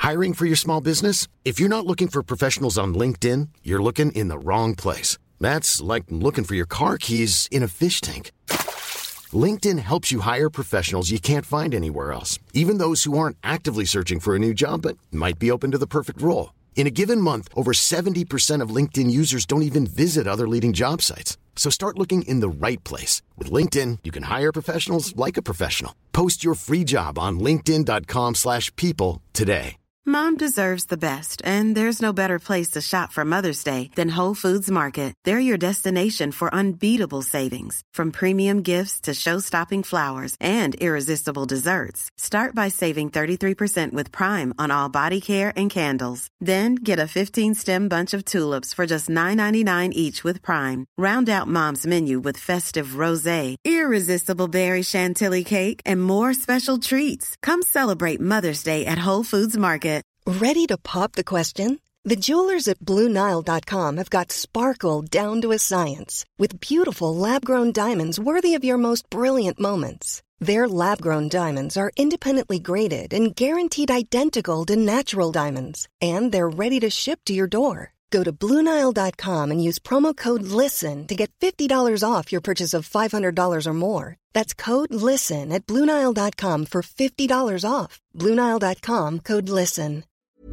Hiring for your small business? If you're not looking for professionals on LinkedIn, you're looking in the wrong place. That's like looking for your car keys in a fish tank. LinkedIn helps you hire professionals you can't find anywhere else, even those who aren't actively searching for a new job but might be open to the perfect role. In a given month, over 70% of LinkedIn users don't even visit other leading job sites. So start looking in the right place. With LinkedIn, you can hire professionals like a professional. Post your free job on linkedin.com/people today. Mom deserves the best, and there's no better place to shop for Mother's Day than Whole Foods Market. They're your destination for unbeatable savings, from premium gifts to show-stopping flowers and irresistible desserts. Start by saving 33% with Prime on all body care and candles. Then get a 15-stem bunch of tulips for just $9.99 each with Prime. Round out Mom's menu with festive rosé, irresistible berry chantilly cake, and more special treats. Come celebrate Mother's Day at Whole Foods Market. Ready to pop the question? The jewelers at BlueNile.com have got sparkle down to a science with beautiful lab-grown diamonds worthy of your most brilliant moments. Their lab-grown diamonds are independently graded and guaranteed identical to natural diamonds, and they're ready to ship to your door. Go to BlueNile.com and use promo code LISTEN to get $50 off your purchase of $500 or more. That's code LISTEN at BlueNile.com for $50 off. BlueNile.com, code LISTEN.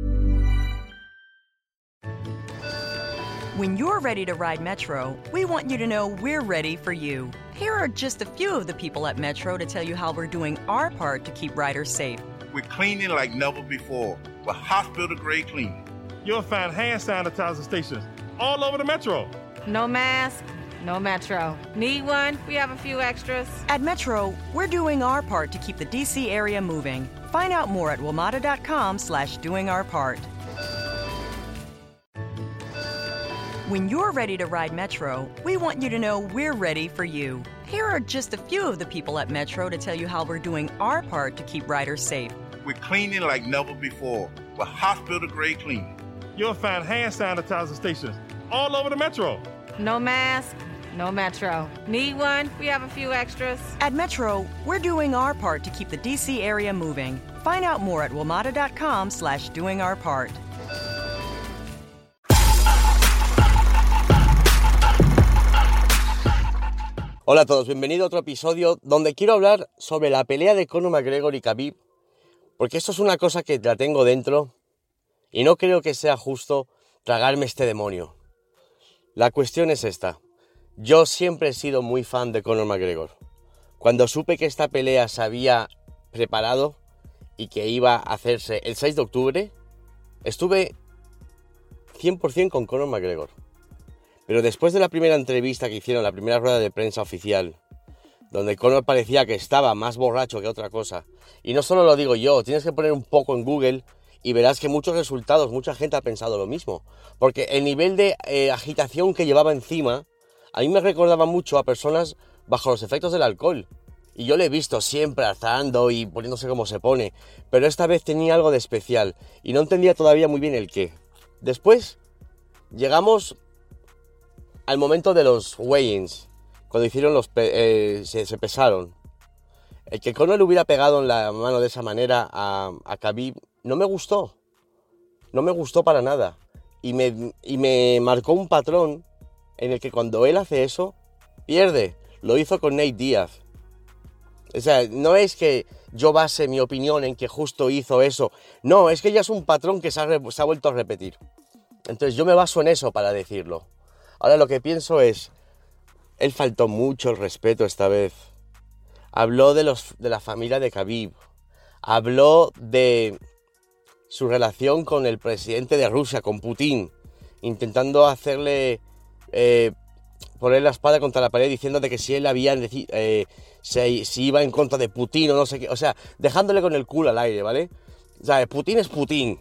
When you're ready to ride Metro, we want you to know we're ready for you. Here are just a few of the people at Metro to tell you how we're doing our part to keep riders safe. We're cleaning like never before with hospital-grade cleaning. You'll find hand sanitizer stations all over the Metro. No mask, no Metro. Need one? We have a few extras. At Metro, we're doing our part to keep the D.C. area moving. Find out more at WMATA.com/doingourpart. When you're ready to ride Metro, we want you to know we're ready for you. Here are just a few of the people at Metro to tell you how we're doing our part to keep riders safe. We're cleaning like never before with hospital-grade cleaning. You'll find hand sanitizer stations all over the Metro. No mask, no Metro. Need one? We have a few extras. At Metro, we're doing our part to keep the D.C. area moving. Find out more at WMATA.com/doingourpart. Hola a todos, bienvenido a otro episodio donde quiero hablar sobre la pelea de Conor McGregor y Khabib, porque esto es una cosa que la tengo dentro y no creo que sea justo tragarme este demonio. La cuestión es esta: yo siempre he sido muy fan de Conor McGregor. Cuando supe que esta pelea se había preparado y que iba a hacerse el 6 de octubre, estuve 100% con Conor McGregor. Pero después de la primera entrevista que hicieron, la primera rueda de prensa oficial, donde Conor parecía que estaba más borracho que otra cosa, y no solo lo digo yo, tienes que poner un poco en Google y verás que muchos resultados, mucha gente ha pensado lo mismo, porque el nivel de agitación que llevaba encima, a mí me recordaba mucho a personas bajo los efectos del alcohol, y yo le he visto siempre alzando y poniéndose como se pone, pero esta vez tenía algo de especial, y no entendía todavía muy bien el qué. Después llegamos al momento de los weigh-ins, cuando hicieron se pesaron. El que Conor le hubiera pegado en la mano de esa manera a Khabib no me gustó para nada, y me marcó un patrón en el que cuando él hace eso, pierde. Lo hizo con Nate Diaz. O sea, no es que yo base mi opinión en que justo hizo eso, no, es que ya es un patrón que se ha vuelto a repetir. Entonces yo me baso en eso para decirlo. Ahora lo que pienso es, él faltó mucho el respeto esta vez. Habló de la familia de Khabib. Habló de su relación con el presidente de Rusia, con Putin, intentando hacerle poner la espada contra la pared, diciendo de que si él si iba en contra de Putin o no sé qué. O sea, dejándole con el culo al aire, ¿vale? O sea, Putin es Putin.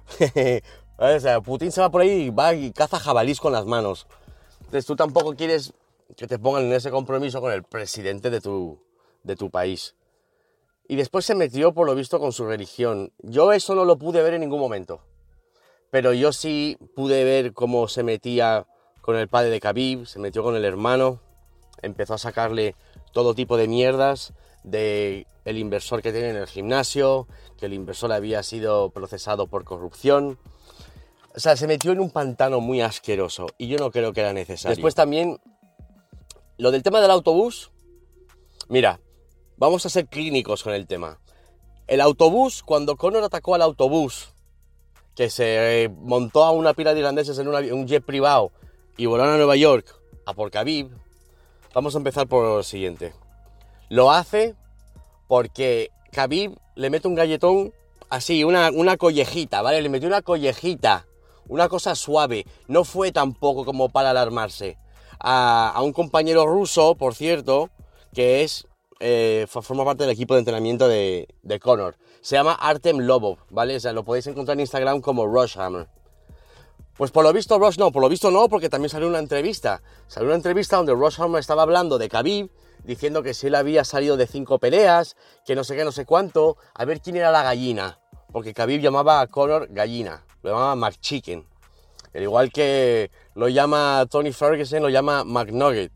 O sea, Putin se va por ahí y va y caza jabalís con las manos. Entonces tú tampoco quieres que te pongan en ese compromiso con el presidente de tu país. Y después se metió, por lo visto, con su religión. Yo eso no lo pude ver en ningún momento. Pero yo sí pude ver cómo se metía con el padre de Khabib, se metió con el hermano, empezó a sacarle todo tipo de mierdas, de el inversor que tiene en el gimnasio, que el inversor había sido procesado por corrupción. O sea, se metió en un pantano muy asqueroso y yo no creo que era necesario. Después también, lo del tema del autobús. Mira, vamos a ser clínicos con el tema. El autobús, cuando Conor atacó al autobús, que se montó a una pila de irlandeses en un jet privado y volaron a Nueva York a por Khabib, vamos a empezar por lo siguiente. Lo hace porque Khabib le mete un galletón así, una collejita, ¿vale? Le metió una collejita, una cosa suave. No fue tampoco como para alarmarse. A un compañero ruso, por cierto, que forma parte del equipo de entrenamiento de Conor. Se llama Artem Lobov, ¿vale? O sea, lo podéis encontrar en Instagram como Rushhammer. Pues por lo visto no, porque también salió una entrevista. Salió una entrevista donde Rushhammer estaba hablando de Khabib, diciendo que si él había salido de 5 peleas, que no sé qué, no sé cuánto, a ver quién era la gallina. Porque Khabib llamaba a Conor gallina, lo llamaba McChicken. Al igual que lo llama Tony Ferguson, lo llama McNugget.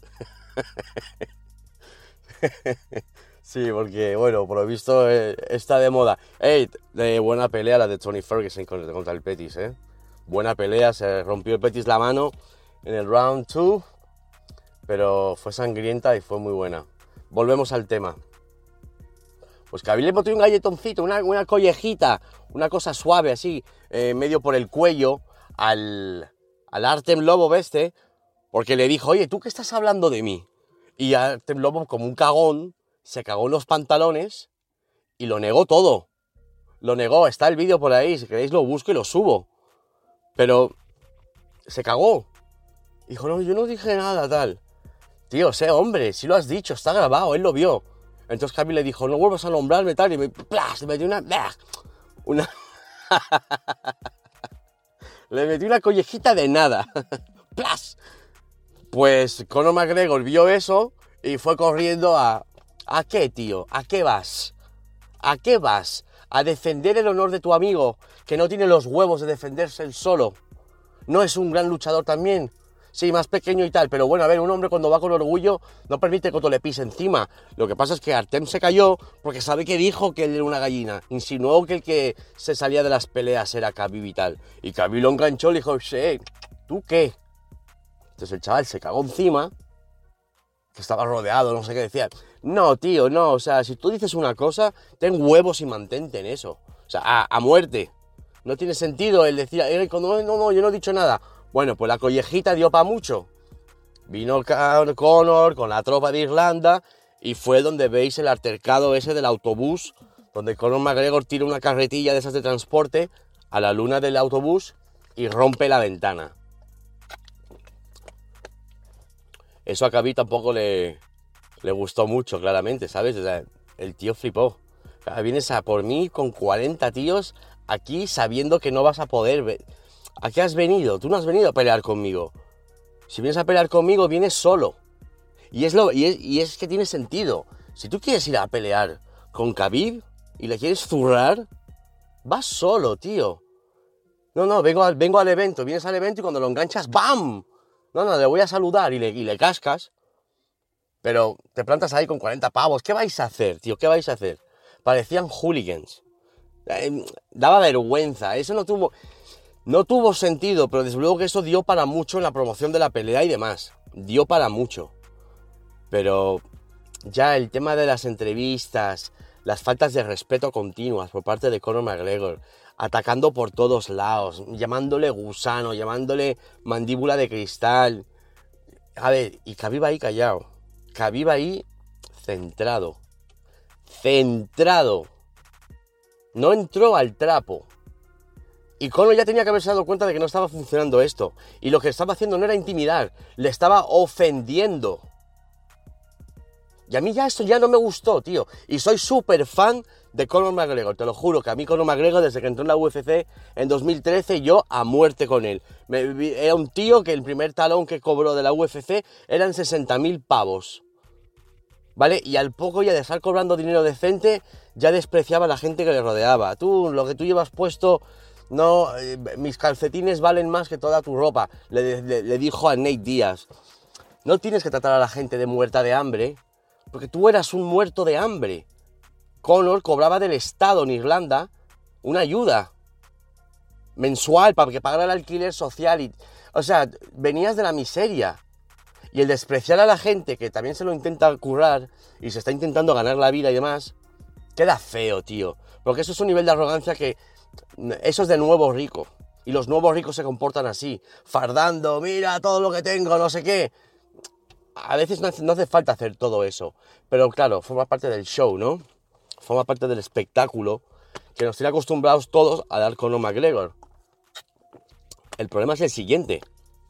Sí, porque, bueno, por lo visto está de moda. De buena pelea la de Tony Ferguson contra el Pettis, ¿eh? Buena pelea, se rompió el Pettis la mano en el round 2, pero fue sangrienta y fue muy buena. Volvemos al tema. Pues Khabib le metió un galletoncito, una collejita, una cosa suave así, medio por el cuello al Artem Lobov porque le dijo, oye, ¿tú qué estás hablando de mí? Y Artem Lobov, como un cagón, se cagó en los pantalones y lo negó todo. Lo negó, está el vídeo por ahí, si queréis lo busco y lo subo. Pero se cagó. Dijo, no, yo no dije nada, tal. Tío, sé hombre, si lo has dicho, está grabado, él lo vio. Entonces Khabib le dijo, no vuelvas a nombrarme, tal, y me metió una... Le metí una collejita de nada. ¡Plas! Pues Conor McGregor vio eso y fue corriendo ¿a qué, tío? ¿A qué vas? ¿A qué vas? ¿A defender el honor de tu amigo que no tiene los huevos de defenderse él solo? ¿No es un gran luchador también? Sí, más pequeño y tal, pero bueno, a ver, un hombre cuando va con orgullo no permite que otro le pise encima. Lo que pasa es que Artem se cayó porque sabe que dijo que él era una gallina. Insinuó que el que se salía de las peleas era Khabib y tal. Y Khabib lo enganchó y le dijo, ¿tú qué? Entonces el chaval se cagó encima, que estaba rodeado, no sé qué decía. No, tío, no, o sea, si tú dices una cosa, ten huevos y mantente en eso. O sea, a muerte. No tiene sentido el decir, no, yo no he dicho nada. Bueno, pues la collejita dio para mucho. Vino Conor con la tropa de Irlanda y fue donde veis el altercado ese del autobús, donde Conor McGregor tira una carretilla de esas de transporte a la luna del autobús y rompe la ventana. Eso a Khabib tampoco le gustó mucho, claramente, ¿sabes? O sea, el tío flipó. Vienes a por mí con 40 tíos aquí sabiendo que no vas a poder... ¿A qué has venido? Tú no has venido a pelear conmigo. Si vienes a pelear conmigo, vienes solo. Y es que tiene sentido. Si tú quieres ir a pelear con Khabib y le quieres zurrar, vas solo, tío. No, vengo al evento. Vienes al evento y cuando lo enganchas, ¡bam! No, le voy a saludar y le cascas. Pero te plantas ahí con 40 pavos. ¿Qué vais a hacer, tío? ¿Qué vais a hacer? Parecían hooligans. Daba vergüenza. Eso no tuvo sentido, pero desde luego que eso dio para mucho en la promoción de la pelea y demás. Dio para mucho. Pero ya el tema de las entrevistas, las faltas de respeto continuas por parte de Conor McGregor, atacando por todos lados, llamándole gusano, llamándole mandíbula de cristal. A ver, y Khabib ahí callado. Khabib ahí centrado. No entró al trapo. Y Conor ya tenía que haberse dado cuenta de que no estaba funcionando esto. Y lo que estaba haciendo no era intimidar, le estaba ofendiendo. Y a mí ya esto ya no me gustó, tío. Y soy súper fan de Conor McGregor, te lo juro, que a mí Conor McGregor, desde que entró en la UFC en 2013, yo a muerte con él. Era un tío que el primer talón que cobró de la UFC eran 60.000 pavos. ¿Vale? Y al poco ya de estar cobrando dinero decente, ya despreciaba a la gente que le rodeaba. Tú, lo que tú llevas puesto... No, mis calcetines valen más que toda tu ropa, le dijo a Nate Diaz. No tienes que tratar a la gente de muerta de hambre, porque tú eras un muerto de hambre. Conor cobraba del Estado en Irlanda una ayuda mensual para que pagara el alquiler social. O sea, venías de la miseria. Y el despreciar a la gente que también se lo intenta currar y se está intentando ganar la vida y demás, queda feo, tío. Porque eso es un nivel de arrogancia que... Eso es de nuevo rico. Y los nuevos ricos se comportan así, fardando, mira todo lo que tengo, no sé qué. A veces no hace falta hacer todo eso. Pero claro, forma parte del show, ¿no? Forma parte del espectáculo que nos tiene acostumbrados todos a dar Conor McGregor. El problema es el siguiente.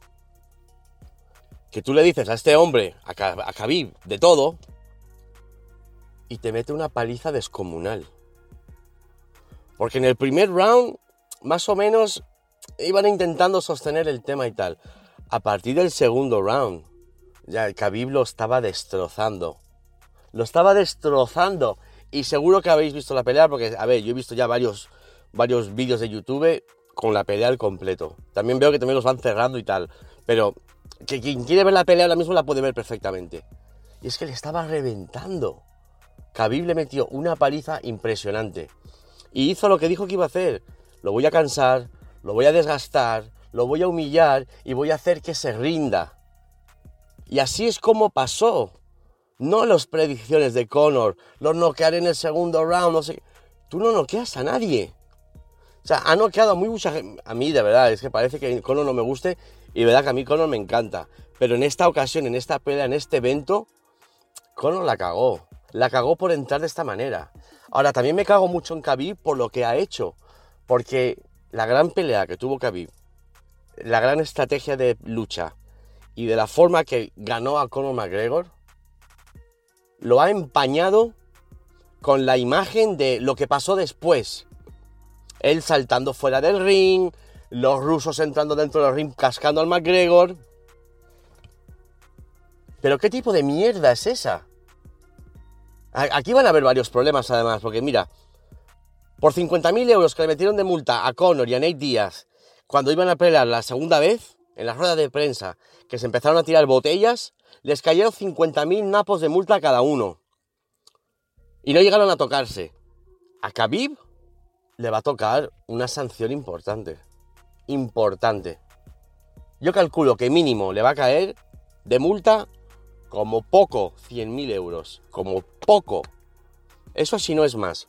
Que tú le dices a este hombre, a Khabib, de todo, y te mete una paliza descomunal. Porque en el primer round, más o menos, iban intentando sostener el tema y tal. A partir del segundo round, ya el Khabib lo estaba destrozando. Lo estaba destrozando. Y seguro que habéis visto la pelea, porque, a ver, yo he visto ya varios vídeos de YouTube con la pelea al completo. También veo que también los van cerrando y tal. Pero que quien quiere ver la pelea ahora mismo la puede ver perfectamente. Y es que le estaba reventando. Khabib le metió una paliza impresionante. Y hizo lo que dijo que iba a hacer. Lo voy a cansar, lo voy a desgastar, lo voy a humillar y voy a hacer que se rinda. Y así es como pasó. No las predicciones de Conor, los noquearé en el segundo round, no sé. Tú no noqueas a nadie. O sea, ha noqueado a mucha gente. A mí, de verdad, es que parece que Conor no me guste. Y de verdad que a mí Conor me encanta. Pero en esta ocasión, en esta pelea, en este evento, Conor la cagó. La cagó por entrar de esta manera. Ahora, también me cago mucho en Khabib por lo que ha hecho. Porque la gran pelea que tuvo Khabib, la gran estrategia de lucha y de la forma que ganó a Conor McGregor, lo ha empañado con la imagen de lo que pasó después. Él saltando fuera del ring, los rusos entrando dentro del ring cascando al McGregor. ¿Pero qué tipo de mierda es esa? Aquí van a haber varios problemas además, porque mira, por 50.000 euros que le metieron de multa a Conor y a Nate Diaz cuando iban a pelear la segunda vez, en la rueda de prensa, que se empezaron a tirar botellas, les cayeron 50.000 napos de multa a cada uno. Y no llegaron a tocarse. A Khabib le va a tocar una sanción importante. Importante. Yo calculo que mínimo le va a caer de multa como poco 100.000 euros. Como poco. Eso si no es más.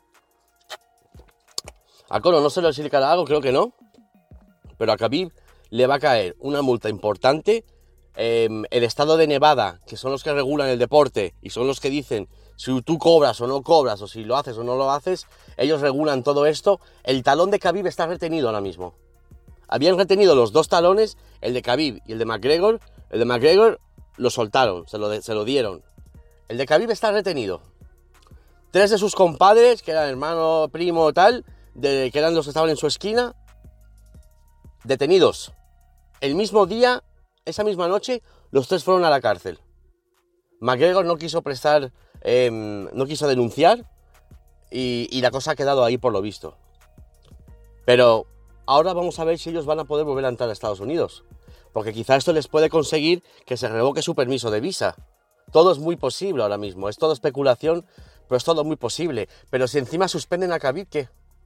A Conor no se le explicará algo, creo que no. Pero a Khabib le va a caer una multa importante. El estado de Nevada, que son los que regulan el deporte y son los que dicen si tú cobras o no cobras o si lo haces o no lo haces, ellos regulan todo esto. El talón de Khabib está retenido ahora mismo. Habían retenido los dos talones, el de Khabib y el de McGregor. El de McGregor lo soltaron, se lo dieron. El de Khabib está retenido. 3 de sus compadres, que eran hermano, primo, tal, que eran los que estaban en su esquina, detenidos. El mismo día, esa misma noche, los 3 fueron a la cárcel. McGregor no quiso no quiso denunciar y la cosa ha quedado ahí por lo visto. Pero ahora vamos a ver si ellos van a poder volver a entrar a Estados Unidos. Porque quizá esto les puede conseguir que se revoque su permiso de visa. Todo es muy posible ahora mismo. Es todo especulación, pero es todo muy posible. Pero si encima suspenden a Khabib, ¿qué?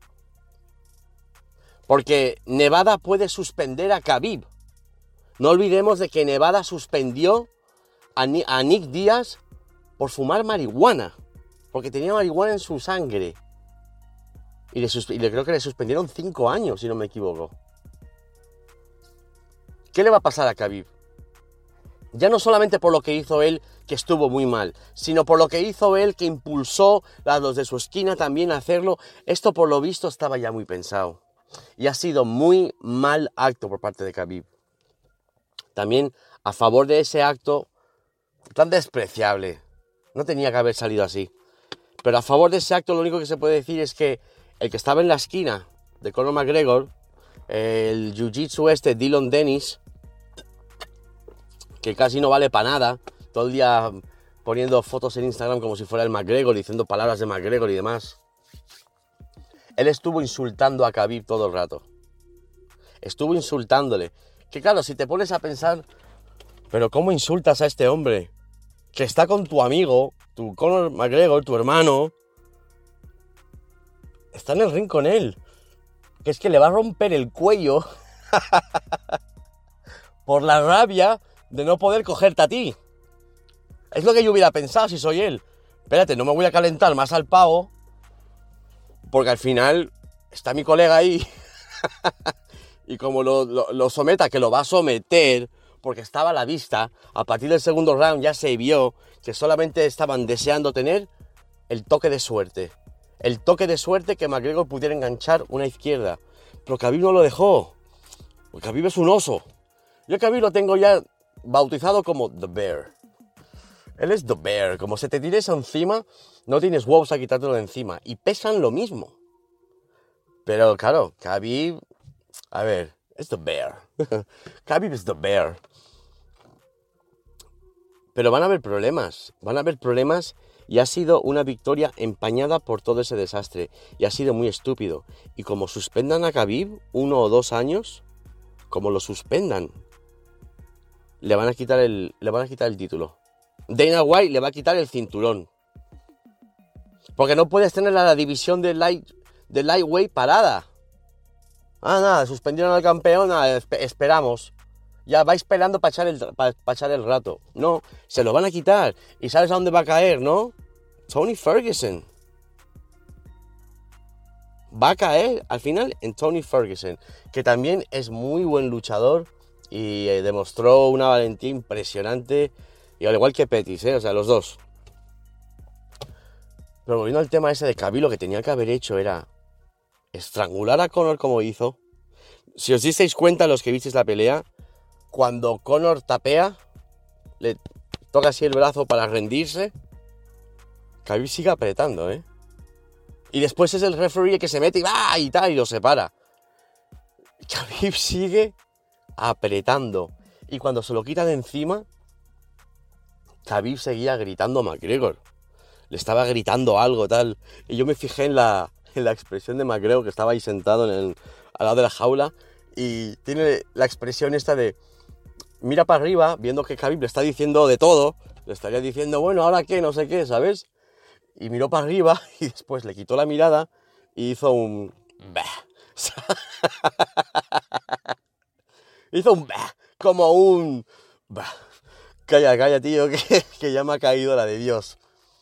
Porque Nevada puede suspender a Khabib. No olvidemos de que Nevada suspendió a Nick Diaz por fumar marihuana. Porque tenía marihuana en su sangre. Y creo que le suspendieron 5 años, si no me equivoco. ¿Qué le va a pasar a Khabib? Ya no solamente por lo que hizo él, que estuvo muy mal, sino por lo que hizo él, que impulsó a los de su esquina también a hacerlo. Esto, por lo visto, estaba ya muy pensado. Y ha sido muy mal acto por parte de Khabib. También a favor de ese acto tan despreciable. No tenía que haber salido así. Pero a favor de ese acto lo único que se puede decir es que el que estaba en la esquina de Conor McGregor, el jiu-jitsu Dillon Dennis, que casi no vale para nada, todo el día poniendo fotos en Instagram como si fuera el McGregor, diciendo palabras de McGregor y demás. Él estuvo insultando a Khabib todo el rato. Estuvo insultándole. Que claro, si te pones a pensar, pero ¿cómo insultas a este hombre? Que está con tu amigo, tu Conor McGregor, tu hermano, está en el ring con él. Que es que le va a romper el cuello por la rabia de no poder cogerte a ti. Es lo que yo hubiera pensado si soy él. Espérate, no me voy a calentar más al pavo, porque al final está mi colega ahí y como lo someta, que lo va a someter, porque estaba a la vista, a partir del segundo round ya se vio que solamente estaban deseando tener el toque de suerte. El toque de suerte que McGregor pudiera enganchar una izquierda. Pero Khabib no lo dejó. Porque Khabib es un oso. Yo a Khabib lo tengo ya bautizado como The Bear. Él es The Bear. Como se te tire eso encima, no tienes huevos a quitártelo de encima. Y pesan lo mismo. Pero claro, Khabib... A ver, es The Bear. Khabib es The Bear. Pero van a haber problemas. Van a haber problemas... Y ha sido una victoria empañada por todo ese desastre. Y ha sido muy estúpido. Y como suspendan a Khabib 1 o 2 años, como lo suspendan, le van a quitar el título. Dana White le va a quitar el cinturón. Porque no puedes tener a la división de lightweight parada. Nada, suspendieron al campeón, esperamos. Ya va esperando para echar el rato. No, se lo van a quitar. ¿Y sabes a dónde va a caer, no? Tony Ferguson. Va a caer al final en Tony Ferguson, que también es muy buen luchador y demostró una valentía impresionante. Y al igual que Pettis, o sea, los dos. Pero volviendo al tema ese de Khabib, lo que tenía que haber hecho era estrangular a Conor como hizo. Si os disteis cuenta, los que visteis la pelea, cuando Conor tapea, le toca así el brazo para rendirse, Khabib sigue apretando, Y después es el referee el que se mete y va y tal, y lo separa. Khabib sigue apretando. Y cuando se lo quita de encima, Khabib seguía gritando a McGregor. Le estaba gritando algo, tal. Y yo me fijé en la expresión de McGregor, que estaba ahí sentado al lado de la jaula, y tiene la expresión esta de... Mira para arriba, viendo que Khabib le está diciendo de todo, le estaría diciendo, bueno, ¿ahora qué? No sé qué, ¿sabes? Y miró para arriba y después le quitó la mirada y hizo un... hizo un... como un... Calla, tío, que ya me ha caído la de Dios.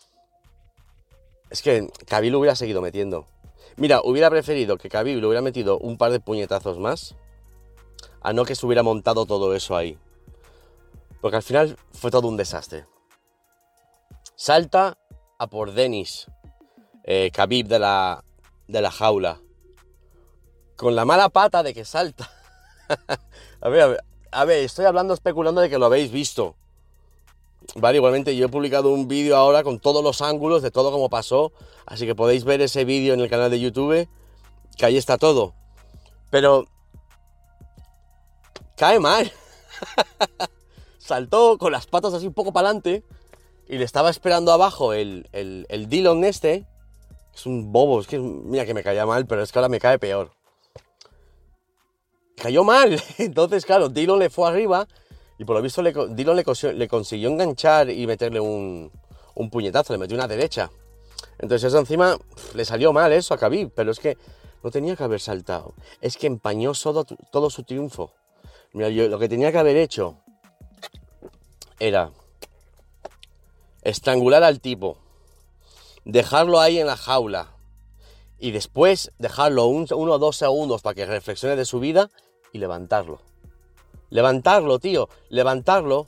Es que Khabib lo hubiera seguido metiendo. Mira, hubiera preferido que Khabib le hubiera metido un par de puñetazos más a no que se hubiera montado todo eso ahí. Porque al final fue todo un desastre. Salta a por Dennis, Khabib de la jaula. Con la mala pata de que salta. A ver, estoy especulando de que lo habéis visto. Vale, igualmente yo he publicado un vídeo ahora con todos los ángulos de todo como pasó. Así que podéis ver ese vídeo en el canal de YouTube, que ahí está todo. Pero... cae mal. Saltó con las patas así un poco para adelante y le estaba esperando abajo el Dillon este. Es un bobo, es que mira que me caía mal, pero es que ahora me cae peor. Cayó mal, entonces claro, Dillon le fue arriba y por lo visto Dillon le consiguió enganchar y meterle un puñetazo, le metió una derecha. Entonces eso encima le salió mal eso a Khabib, pero es que no tenía que haber saltado. Es que empañó todo su triunfo. Mira, yo lo que tenía que haber hecho era estrangular al tipo, dejarlo ahí en la jaula y después dejarlo 1 o 2 segundos para que reflexione de su vida y levantarlo. Levantarlo, tío, levantarlo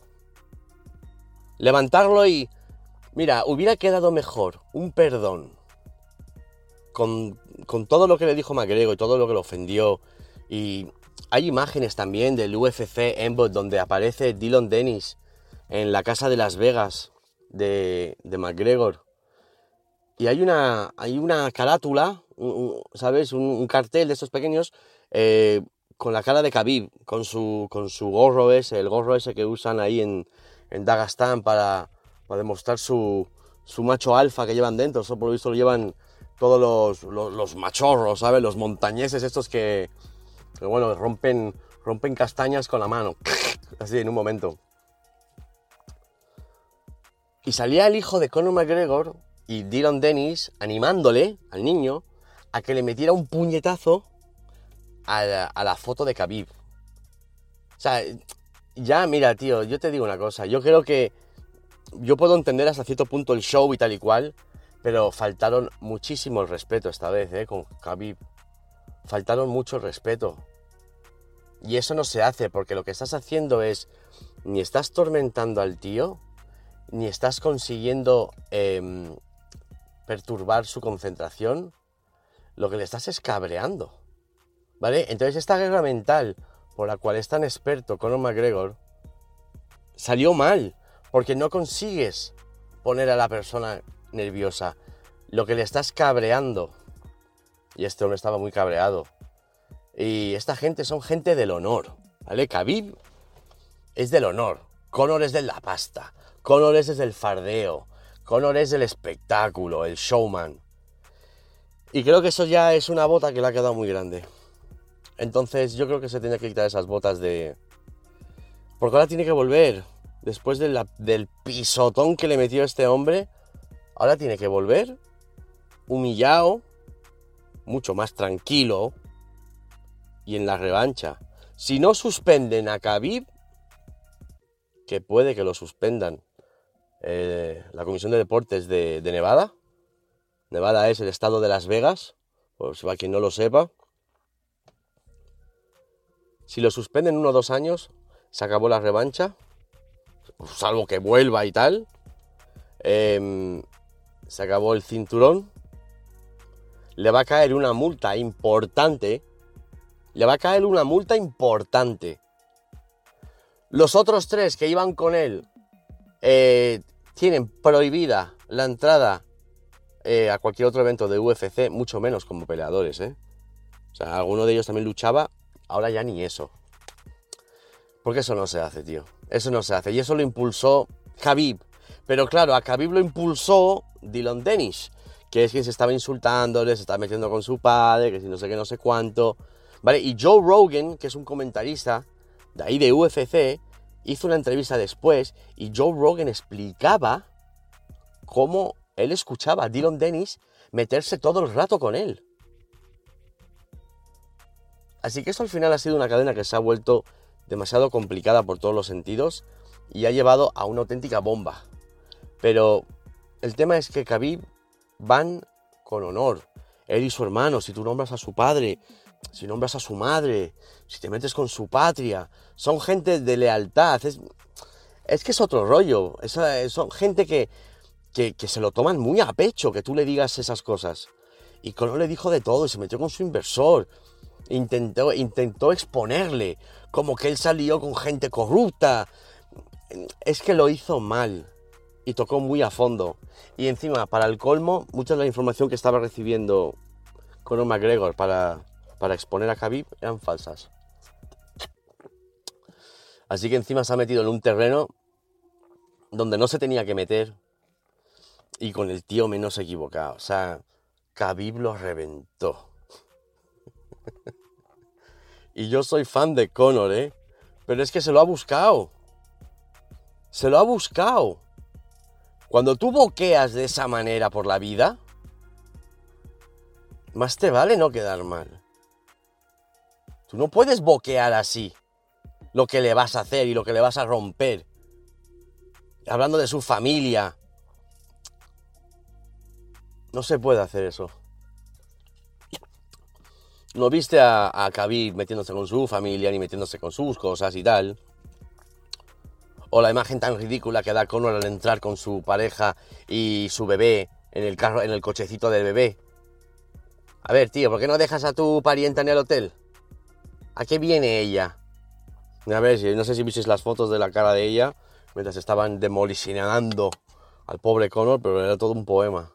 y... Mira, hubiera quedado mejor un perdón con todo lo que le dijo McGregor y todo lo que lo ofendió. Y hay imágenes también del UFC Embod donde aparece Dillon Dennis en la casa de Las Vegas de McGregor. Y hay una carátula, ¿sabes? Un cartel de estos pequeños con la cara de Khabib, con su gorro ese, el gorro ese que usan ahí en Dagestán para demostrar su macho alfa que llevan dentro. Eso por lo visto lo llevan todos los machorros, ¿sabes? Los montañeses estos que bueno, rompen castañas con la mano, así en un momento. Y salía el hijo de Conor McGregor y Dillon Dennis animándole al niño a que le metiera un puñetazo a la foto de Khabib. O sea, ya mira, tío, yo te digo una cosa, yo creo que yo puedo entender hasta cierto punto el show y tal y cual, pero faltaron muchísimo el respeto esta vez, con Khabib. Faltaron mucho el respeto. Y eso no se hace, porque lo que estás haciendo es, ni estás tormentando al tío, ni estás consiguiendo perturbar su concentración, lo que le estás es cabreando, ¿vale? Entonces esta guerra mental por la cual es tan experto Conor McGregor salió mal, porque no consigues poner a la persona nerviosa, lo que le estás cabreando. Y este hombre estaba muy cabreado. Y esta gente son gente del honor, ¿vale? Khabib es del honor, Conor es de la pasta, Conor es del fardeo, Conor es del espectáculo, el showman. Y creo que eso ya es una bota que le ha quedado muy grande. Entonces yo creo que se tenía que quitar esas botas de... Porque ahora tiene que volver, después del pisotón que le metió este hombre, ahora tiene que volver humillado, mucho más tranquilo, y en la revancha. Si no suspenden a Khabib, que puede que lo suspendan la Comisión de Deportes de Nevada. Nevada es el estado de Las Vegas, por si va quien no lo sepa. Si lo suspenden 1 o 2 años, se acabó la revancha, salvo que vuelva y tal. Se acabó el cinturón. Le va a caer una multa importante. Los otros 3 que iban con él tienen prohibida la entrada a cualquier otro evento de UFC, mucho menos como peleadores, O sea, alguno de ellos también luchaba, ahora ya ni eso. Porque eso no se hace, tío. Eso no se hace. Y eso lo impulsó Khabib. Pero claro, a Khabib lo impulsó Dillon Danis, que es quien se estaba insultando, se estaba metiendo con su padre, que si no sé qué, no sé cuánto. ¿Vale? Y Joe Rogan, que es un comentarista de ahí de UFC, hizo una entrevista después y Joe Rogan explicaba cómo él escuchaba a Dillon Danis meterse todo el rato con él. Así que esto al final ha sido una cadena que se ha vuelto demasiado complicada por todos los sentidos y ha llevado a una auténtica bomba. Pero el tema es que Khabib van con honor. Él y su hermano, si tú nombras a su padre, si nombras a su madre, si te metes con su patria, son gente de lealtad. Es que es otro rollo. Son gente que se lo toman muy a pecho, que tú le digas esas cosas. Y Conor le dijo de todo y se metió con su inversor. Intentó exponerle, como que él salió con gente corrupta. Es que lo hizo mal y tocó muy a fondo. Y encima, para el colmo, mucha de la información que estaba recibiendo Conor McGregor para exponer a Khabib eran falsas. Así que encima se ha metido en un terreno donde no se tenía que meter y con el tío menos equivocado. O sea, Khabib lo reventó. Y yo soy fan de Conor, pero es que se lo ha buscado. Se lo ha buscado. Cuando tú boqueas de esa manera por la vida, más te vale no quedar mal. Tú no puedes boquear así lo que le vas a hacer y lo que le vas a romper. Hablando de su familia. No se puede hacer eso. No viste a Khabib metiéndose con su familia ni metiéndose con sus cosas y tal. O la imagen tan ridícula que da Conor al entrar con su pareja y su bebé en el carro, en el cochecito del bebé. A ver, tío, ¿por qué no dejas a tu parienta en el hotel? ¿A qué viene ella? A ver, no sé si visteis las fotos de la cara de ella mientras estaban demolicionando al pobre Conor, pero era todo un poema.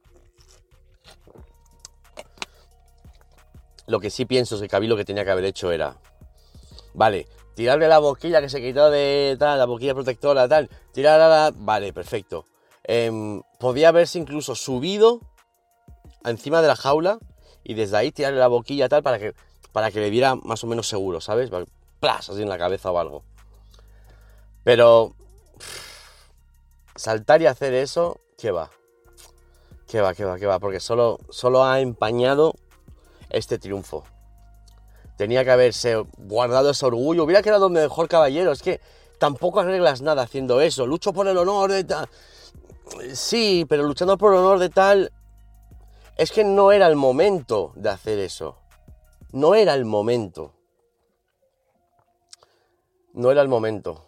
Lo que sí pienso es que Khabib lo que tenía que haber hecho era... Vale, tirarle la boquilla que se quitó de tal, la boquilla protectora, tal. Tirarla... Vale, perfecto. Podía haberse incluso subido encima de la jaula y desde ahí tirarle la boquilla tal para que le viera más o menos seguro, ¿sabes? ¡Plas! Así en la cabeza o algo. Pero... saltar y hacer eso, ¿qué va? ¿Qué va? Porque solo ha empañado este triunfo. Tenía que haberse guardado ese orgullo. Hubiera quedado mejor caballero. Es que tampoco arreglas nada haciendo eso. Lucho por el honor de tal. Sí, pero luchando por el honor de tal... Es que no era el momento de hacer eso. No era el momento. No era el momento.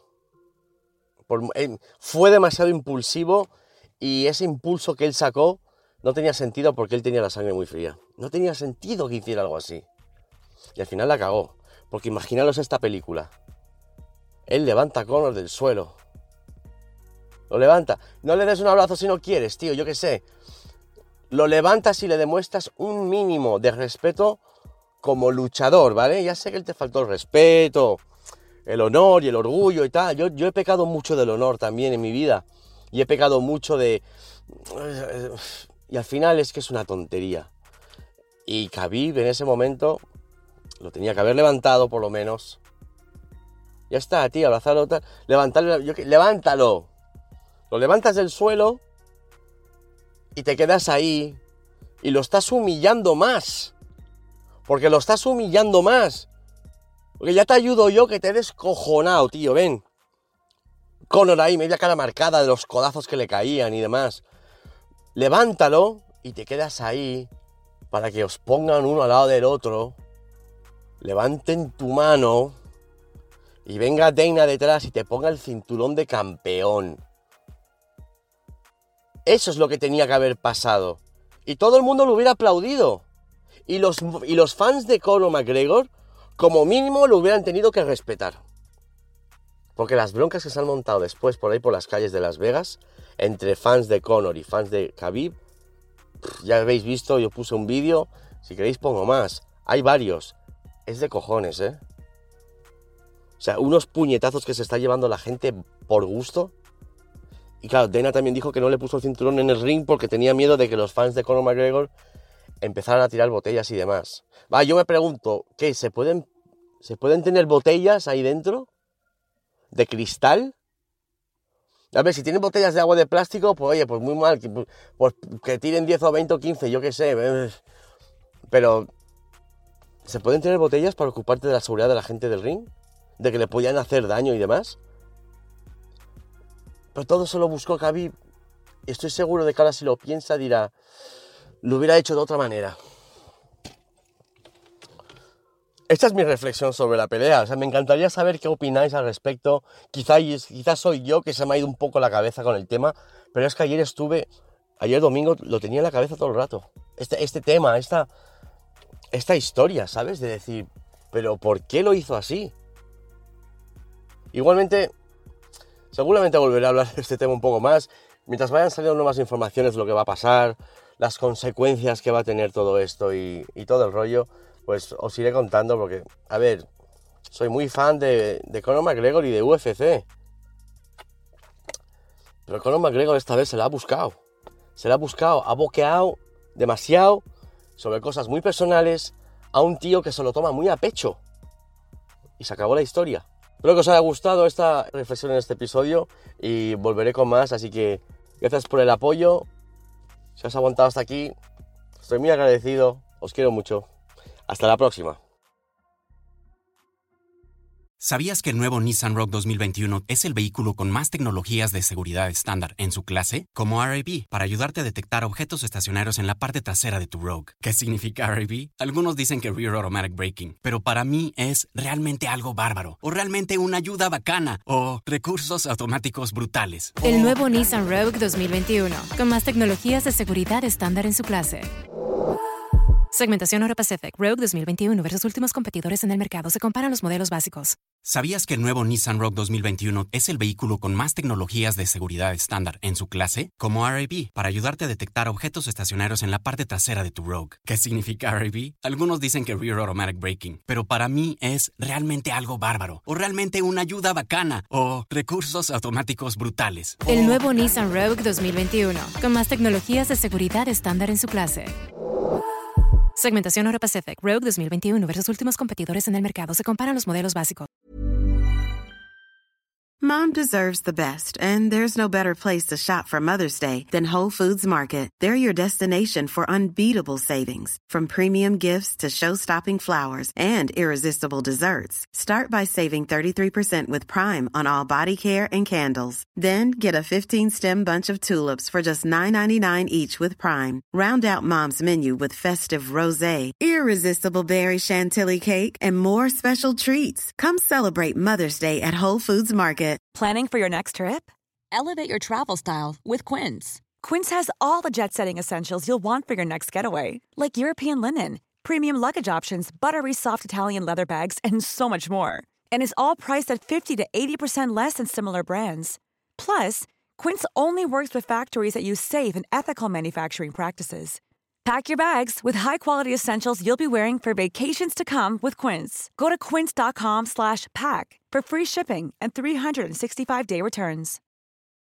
Fue demasiado impulsivo y ese impulso que él sacó no tenía sentido porque él tenía la sangre muy fría. No tenía sentido que hiciera algo así. Y al final la cagó. Porque imaginaros esta película. Él levanta a Conor del suelo. Lo levanta. No le des un abrazo si no quieres, tío, yo qué sé. Lo levantas y le demuestras un mínimo de respeto como luchador, ¿vale? Ya sé que él te faltó el respeto, el honor y el orgullo y tal. Yo he pecado mucho del honor también en mi vida. Y he pecado mucho de... Y al final es que es una tontería. Y Khabib en ese momento lo tenía que haber levantado por lo menos. Ya está, tío, abrazarlo, tal. Levántalo. Lo levantas del suelo y te quedas ahí. Y lo estás humillando más. Porque lo estás humillando más. Porque ya te ayudo yo que te he descojonado, tío, ven. Conor ahí, media cara marcada de los codazos que le caían y demás. Levántalo y te quedas ahí para que os pongan uno al lado del otro. Levanten tu mano y venga Dana detrás y te ponga el cinturón de campeón. Eso es lo que tenía que haber pasado. Y todo el mundo lo hubiera aplaudido. Y los fans de Conor McGregor, como mínimo, lo hubieran tenido que respetar. Porque las broncas que se han montado después por ahí por las calles de Las Vegas, entre fans de Conor y fans de Khabib, ya habéis visto, yo puse un vídeo, si queréis pongo más. Hay varios. Es de cojones, ¿eh? O sea, unos puñetazos que se está llevando la gente por gusto. Y claro, Dana también dijo que no le puso el cinturón en el ring porque tenía miedo de que los fans de Conor McGregor empezaran a tirar botellas y demás. Va, yo me pregunto, ¿qué? ¿Se pueden tener botellas ahí dentro? ¿De cristal? A ver, si tienen botellas de agua de plástico, pues oye, pues muy mal. Pues que tiren 10 o 20 o 15, yo qué sé. Pero, ¿se pueden tener botellas para ocuparte de la seguridad de la gente del ring? ¿De que le podían hacer daño y demás? Pero todo se lo buscó Khabib. Y estoy seguro de que ahora si lo piensa dirá, lo hubiera hecho de otra manera. Esta es mi reflexión sobre la pelea. O sea, me encantaría saber qué opináis al respecto. Quizás soy yo que se me ha ido un poco la cabeza con el tema, pero es que ayer domingo lo tenía en la cabeza todo el rato. Este tema, esta historia, ¿sabes? De decir, pero ¿por qué lo hizo así? Igualmente, seguramente volveré a hablar de este tema un poco más, mientras vayan saliendo nuevas informaciones de lo que va a pasar, las consecuencias que va a tener todo esto y todo el rollo. Pues os iré contando porque, a ver, soy muy fan de Conor McGregor y de UFC. Pero Conor McGregor esta vez se la ha buscado. Ha boqueado demasiado sobre cosas muy personales a un tío que se lo toma muy a pecho. Y se acabó la historia. Espero que os haya gustado esta reflexión en este episodio y volveré con más. Así que gracias por el apoyo. Si os ha aguantado hasta aquí, estoy muy agradecido. Os quiero mucho. Hasta la próxima. ¿Sabías que el nuevo Nissan Rogue 2021 es el vehículo con más tecnologías de seguridad estándar en su clase? Como RAB, para ayudarte a detectar objetos estacionarios en la parte trasera de tu Rogue. ¿Qué significa RAB? Algunos dicen que Rear Automatic Braking, pero para mí es realmente algo bárbaro, o realmente una ayuda bacana, o recursos automáticos brutales. El nuevo Nissan Rogue 2021, con más tecnologías de seguridad estándar en su clase. Segmentación Euro Pacific Rogue 2021 versus últimos competidores en el mercado. Se comparan los modelos básicos. ¿Sabías que el nuevo Nissan Rogue 2021 es el vehículo con más tecnologías de seguridad estándar en su clase? Como RAB, para ayudarte a detectar objetos estacionarios en la parte trasera de tu Rogue. ¿Qué significa RAB? Algunos dicen que Rear Automatic Braking, pero para mí es realmente algo bárbaro, o realmente una ayuda bacana, o recursos automáticos brutales. El nuevo Nissan Rogue 2021, con más tecnologías de seguridad estándar en su clase. Segmentación Euro Pacific Rogue 2021 versus últimos competidores en el mercado. Se comparan los modelos básicos. Mom deserves the best, and there's no better place to shop for Mother's Day than Whole Foods Market. They're your destination for unbeatable savings, from premium gifts to show-stopping flowers and irresistible desserts. Start by saving 33% with Prime on all body care and candles. Then get a 15-stem bunch of tulips for just $9.99 each with Prime. Round out Mom's menu with festive rosé, irresistible berry chantilly cake, and more special treats. Come celebrate Mother's Day at Whole Foods Market. Planning for your next trip? Elevate your travel style with Quince. Quince has all the jet-setting essentials you'll want for your next getaway, like European linen, premium luggage options, buttery soft Italian leather bags, and so much more. And is all priced at 50 to 80% less than similar brands. Plus, Quince only works with factories that use safe and ethical manufacturing practices. Pack your bags with high-quality essentials you'll be wearing for vacations to come with Quince. Go to quince.com/pack for free shipping and 365-day returns.